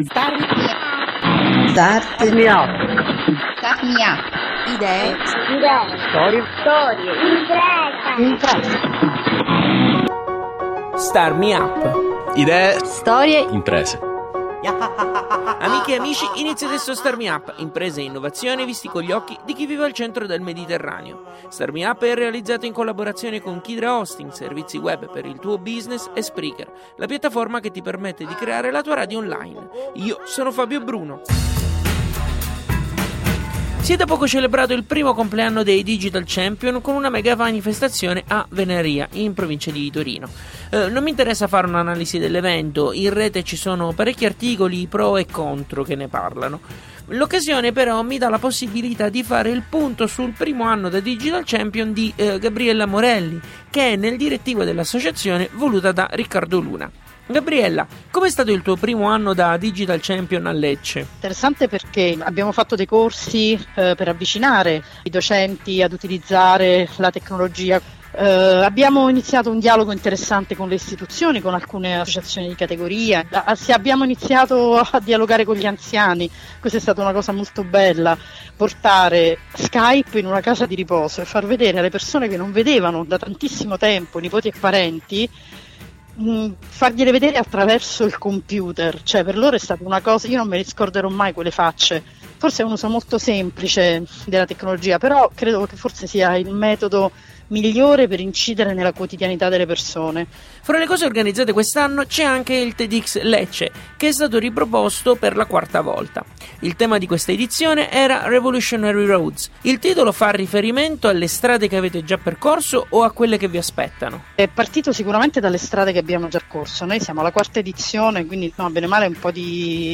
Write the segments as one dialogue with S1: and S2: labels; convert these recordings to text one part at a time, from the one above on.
S1: Start me up.
S2: Start me up. Idee.
S1: Storie.
S3: Impresa.
S4: Start me up.
S5: Idee.
S1: Storie.
S5: Imprese.
S4: Amiche e amici, inizia adesso Start Me Up, imprese e innovazione visti con gli occhi di chi vive al centro del Mediterraneo. Start Me Up è realizzato in collaborazione con Kidra Hosting, servizi web per il tuo business, e Spreaker, la piattaforma che ti permette di creare la tua radio online. Io sono Fabio Bruno. Si è da poco celebrato il primo compleanno dei Digital Champion con una mega manifestazione a Venaria, in provincia di Torino. Non mi interessa fare un'analisi dell'evento, in rete ci sono parecchi articoli pro e contro che ne parlano. L'occasione però mi dà la possibilità di fare il punto sul primo anno da Digital Champion di Gabriella Morelli, che è nel direttivo dell'associazione voluta da Riccardo Luna. Gabriella, com'è stato il tuo primo anno da Digital Champion a Lecce?
S6: Interessante perché abbiamo fatto dei corsi per avvicinare i docenti ad utilizzare la tecnologia. Abbiamo iniziato un dialogo interessante con le istituzioni, con alcune associazioni di categoria. Abbiamo iniziato a dialogare con gli anziani. Questa è stata una cosa molto bella, portare Skype in una casa di riposo e far vedere alle persone che non vedevano da tantissimo tempo, nipoti e parenti, fargliele vedere attraverso il computer. Cioè, per loro è stata una cosa, io non me ne scorderò mai quelle facce. Forse è un uso molto semplice della tecnologia, però credo che forse sia il metodo migliore per incidere nella quotidianità delle persone.
S4: Fra le cose organizzate quest'anno c'è anche il TEDx Lecce, che è stato riproposto per la quarta volta. Il tema di questa edizione era Revolutionary Roads. Il titolo fa riferimento alle strade che avete già percorso o a quelle che vi aspettano?
S6: È partito sicuramente dalle strade che abbiamo già percorso. Noi siamo alla quarta edizione, quindi bene o male un po' di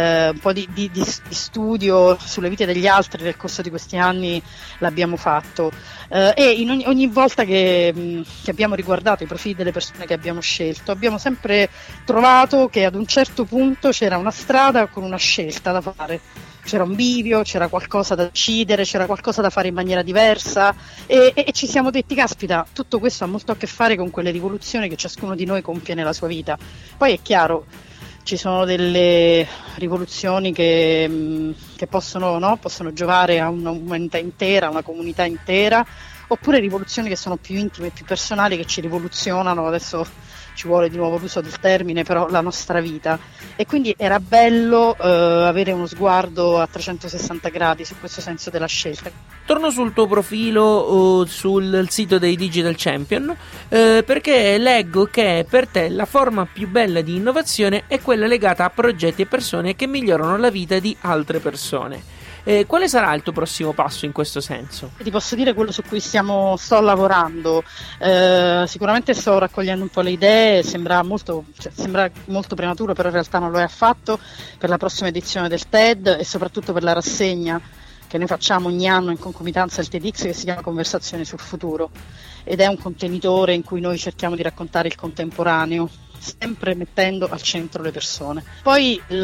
S6: studio sulle vite degli altri nel corso di questi anni l'abbiamo fatto. E ogni volta che abbiamo riguardato i profili delle persone che abbiamo scelto, abbiamo sempre trovato che ad un certo punto c'era una strada con una scelta da fare. C'era un bivio, c'era qualcosa da decidere, c'era qualcosa da fare in maniera diversa e ci siamo detti, caspita, tutto questo ha molto a che fare con quelle rivoluzioni che ciascuno di noi compie nella sua vita. Poi è chiaro, ci sono delle rivoluzioni che possono giovare a un'umanità intera, a una comunità intera, oppure rivoluzioni che sono più intime, più personali, che ci rivoluzionano, adesso ci vuole di nuovo l'uso del termine, però la nostra vita. E quindi era bello avere uno sguardo a 360 gradi su questo senso della scelta.
S4: Torno sul tuo profilo sul sito dei Digital Champion perché leggo che per te la forma più bella di innovazione è quella legata a progetti e persone che migliorano la vita di altre persone. Quale sarà il tuo prossimo passo in questo senso?
S6: Ti posso dire quello su cui sto lavorando. Sicuramente sto raccogliendo un po' le idee, sembra molto prematuro, però in realtà non lo è affatto, per la prossima edizione del TED e soprattutto per la rassegna che noi facciamo ogni anno in concomitanza al TEDx, che si chiama Conversazioni sul futuro, ed è un contenitore in cui noi cerchiamo di raccontare il contemporaneo, sempre mettendo al centro le persone. Poi con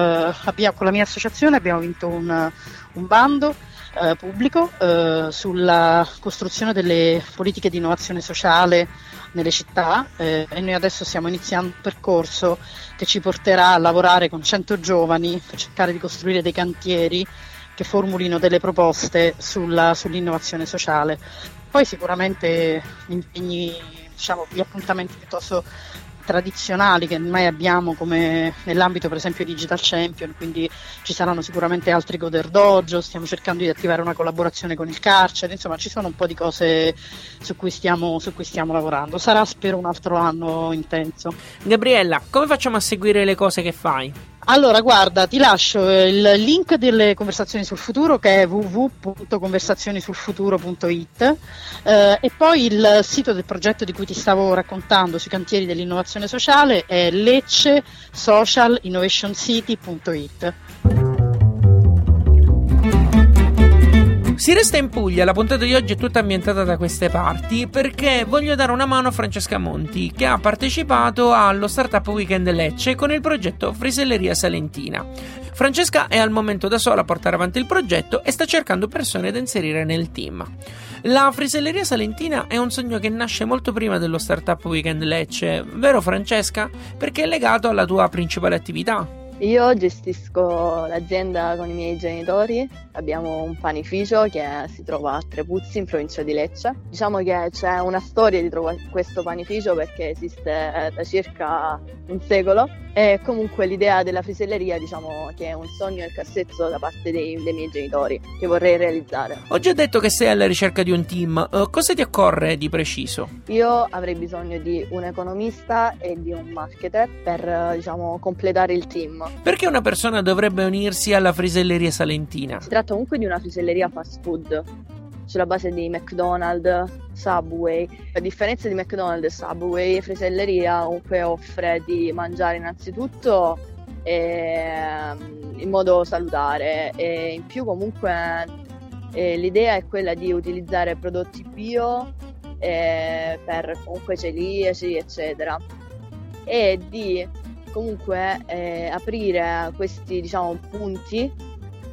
S6: la mia associazione abbiamo vinto un bando pubblico sulla costruzione delle politiche di innovazione sociale nelle città e noi adesso stiamo iniziando un percorso che ci porterà a lavorare con 100 giovani per cercare di costruire dei cantieri che formulino delle proposte sull'innovazione sociale. Poi sicuramente gli appuntamenti piuttosto tradizionali che ormai abbiamo, come nell'ambito per esempio Digital Champion, quindi ci saranno sicuramente altri Coder Dojo, stiamo cercando di attivare una collaborazione con il carcere, insomma ci sono un po' di cose su cui stiamo lavorando. Sarà, spero, un altro anno intenso.
S4: Gabriella, come facciamo a seguire le cose che fai?
S6: Allora, guarda, ti lascio il link delle Conversazioni sul Futuro, che è www.conversazionisulfuturo.it, e poi il sito del progetto di cui ti stavo raccontando sui cantieri dell'innovazione sociale è leccesocialinnovationcity.it.
S4: Si resta in Puglia, la puntata di oggi è tutta ambientata da queste parti perché voglio dare una mano a Francesca Monti, che ha partecipato allo Startup Weekend Lecce con il progetto Friselleria Salentina. Francesca è al momento da sola a portare avanti il progetto e sta cercando persone da inserire nel team. La Friselleria Salentina è un sogno che nasce molto prima dello Startup Weekend Lecce, vero Francesca? Perché è legato alla tua principale attività.
S1: Io gestisco l'azienda con i miei genitori, abbiamo un panificio che si trova a Trepuzzi in provincia di Lecce. Diciamo che c'è una storia dietro questo panificio perché esiste da circa un secolo e comunque l'idea della friselleria diciamo che è un sogno nel cassetto da parte dei miei genitori che vorrei realizzare.
S4: Ho già detto che sei alla ricerca di un team, cosa ti occorre di preciso?
S1: Io avrei bisogno di un economista e di un marketer per diciamo completare il team.
S4: Perché una persona dovrebbe unirsi alla friselleria salentina?
S1: Si tratta comunque di una friselleria fast food sulla base di McDonald's, Subway. A differenza di McDonald's e Subway, friselleria comunque offre di mangiare innanzitutto in modo salutare e in più comunque l'idea è quella di utilizzare prodotti bio per comunque celiaci eccetera e di comunque aprire questi diciamo punti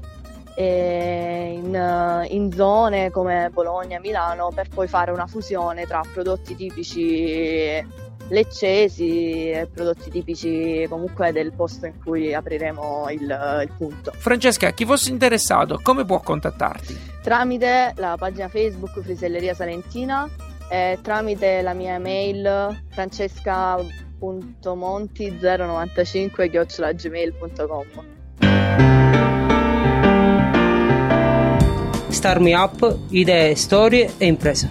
S1: in zone come Bologna, Milano per poi fare una fusione tra prodotti tipici leccesi e prodotti tipici comunque del posto in cui apriremo il punto.
S4: Francesca, chi fosse interessato come può contattarti? Tramite
S1: la pagina Facebook Friselleria Salentina e tramite la mia email francesca.monti095@gmail.com.
S3: Start Me Up, idee, storie e imprese.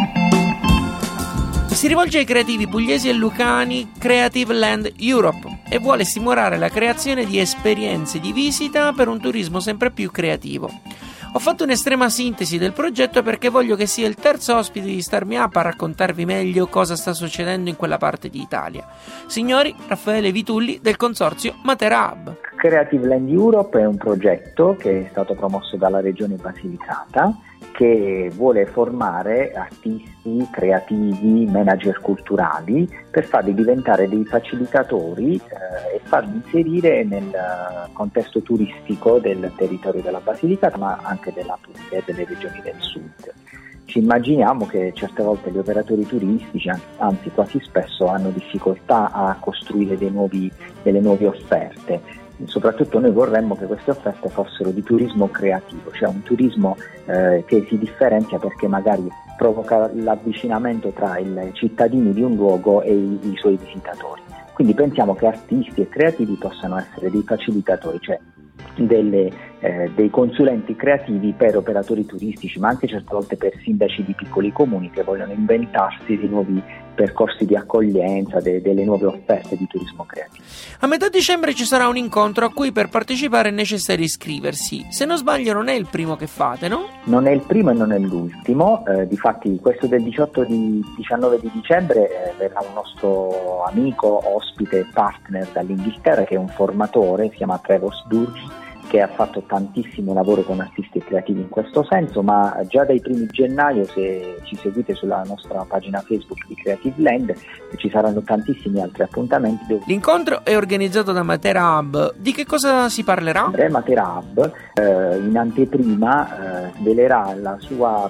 S4: Si rivolge ai creativi pugliesi e lucani Creative Land Europe e vuole stimolare la creazione di esperienze di visita per un turismo sempre più creativo. Ho fatto un'estrema sintesi del progetto perché voglio che sia il terzo ospite di Start Me Up a raccontarvi meglio cosa sta succedendo in quella parte di Italia. Signori, Raffaele Vitulli del consorzio Matera Hub.
S5: Creative Land Europe è un progetto che è stato promosso dalla Regione Basilicata che vuole formare artisti, creativi, manager culturali per farli diventare dei facilitatori e farli inserire nel contesto turistico del territorio della Basilicata ma anche della Puglia e delle regioni del sud. Ci immaginiamo che certe volte gli operatori turistici, anzi quasi spesso, hanno difficoltà a costruire delle nuove offerte. Soprattutto noi vorremmo che queste offerte fossero di turismo creativo, cioè un turismo che si differenzia perché magari provoca l'avvicinamento tra i cittadini di un luogo e i suoi visitatori. Quindi pensiamo che artisti e creativi possano essere dei facilitatori, cioè dei consulenti creativi per operatori turistici, ma anche certe volte per sindaci di piccoli comuni che vogliono inventarsi di nuovi percorsi di accoglienza, delle nuove offerte di turismo creativo.
S4: A metà dicembre ci sarà un incontro a cui per partecipare è necessario iscriversi. Se non sbaglio non è il primo che fate, no?
S5: Non è il primo e non è l'ultimo, difatti questo del 19 di dicembre verrà un nostro amico, ospite e partner dall'Inghilterra che è un formatore, si chiama Trevor Sturge, che ha fatto tantissimo lavoro con artisti e creativi in questo senso, ma già dai primi gennaio, se ci seguite sulla nostra pagina Facebook di Creative Land, ci saranno tantissimi altri appuntamenti.
S4: L'incontro è organizzato da Matera Hub. Di che cosa si parlerà?
S5: Matera Hub in anteprima svelerà la sua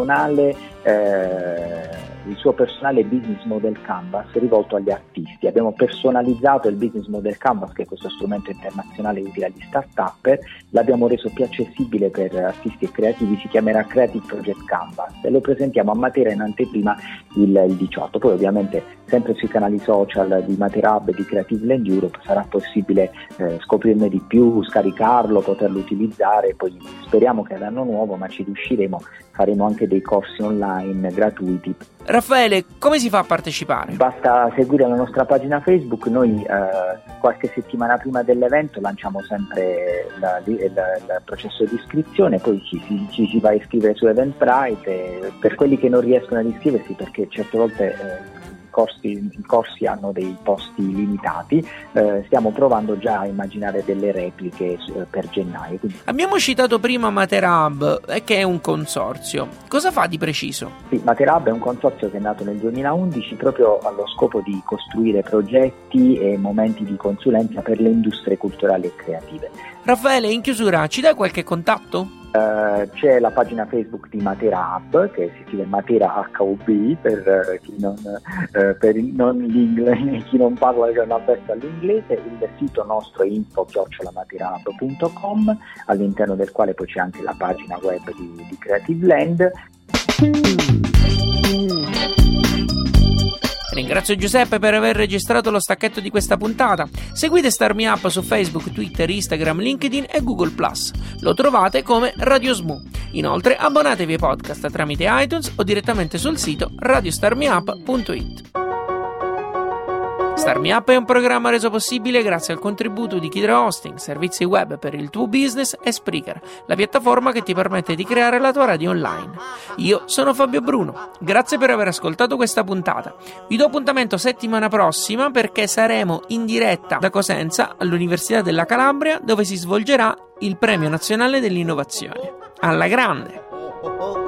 S5: il suo personale business model canvas rivolto agli artisti. Abbiamo personalizzato il business model canvas, che è questo strumento internazionale utile agli start-upper, l'abbiamo reso più accessibile per artisti e creativi, si chiamerà Creative Project Canvas e lo presentiamo a Matera in anteprima il 18. Poi ovviamente sempre sui canali social di Matera Hub e di Creative Land Europe sarà possibile scoprirne di più, scaricarlo, poterlo utilizzare. Poi speriamo che l'anno nuovo, ma ci riusciremo, faremo anche dei corsi online gratuiti.
S4: Raffaele, come si fa a partecipare?
S5: Basta seguire la nostra pagina Facebook. Noi qualche settimana prima dell'evento lanciamo sempre il processo di iscrizione, poi ci si va a iscrivere su Eventbrite. Per quelli che non riescono ad iscriversi, perché certe volte i corsi hanno dei posti limitati, stiamo provando già a immaginare delle repliche per gennaio.
S4: Abbiamo citato prima Matera Hub, che è un consorzio. Cosa fa di preciso?
S5: Sì, Matera Hub è un consorzio che è nato nel 2011 proprio allo scopo di costruire progetti e momenti di consulenza per le industrie culturali e creative.
S4: Raffaele, in chiusura, ci dai qualche contatto?
S5: C'è la pagina Facebook di Matera Hub, che si scrive Matera HUB per chi non parla, che non avversa all'inglese. Il sito nostro è info@materahub.com, all'interno del quale poi c'è anche la pagina web di Creative Land.
S4: Ringrazio Giuseppe per aver registrato lo stacchetto di questa puntata. Seguite Start Me Up su Facebook, Twitter, Instagram, LinkedIn e Google+. Lo trovate come Radio Smoo. Inoltre abbonatevi ai podcast tramite iTunes o direttamente sul sito radiostarmeup.it. Start Me Up è un programma reso possibile grazie al contributo di Kidra Hosting, servizi web per il tuo business, e Spreaker, la piattaforma che ti permette di creare la tua radio online. Io sono Fabio Bruno, grazie per aver ascoltato questa puntata. Vi do appuntamento settimana prossima perché saremo in diretta da Cosenza all'Università della Calabria, dove si svolgerà il Premio Nazionale dell'Innovazione. Alla grande!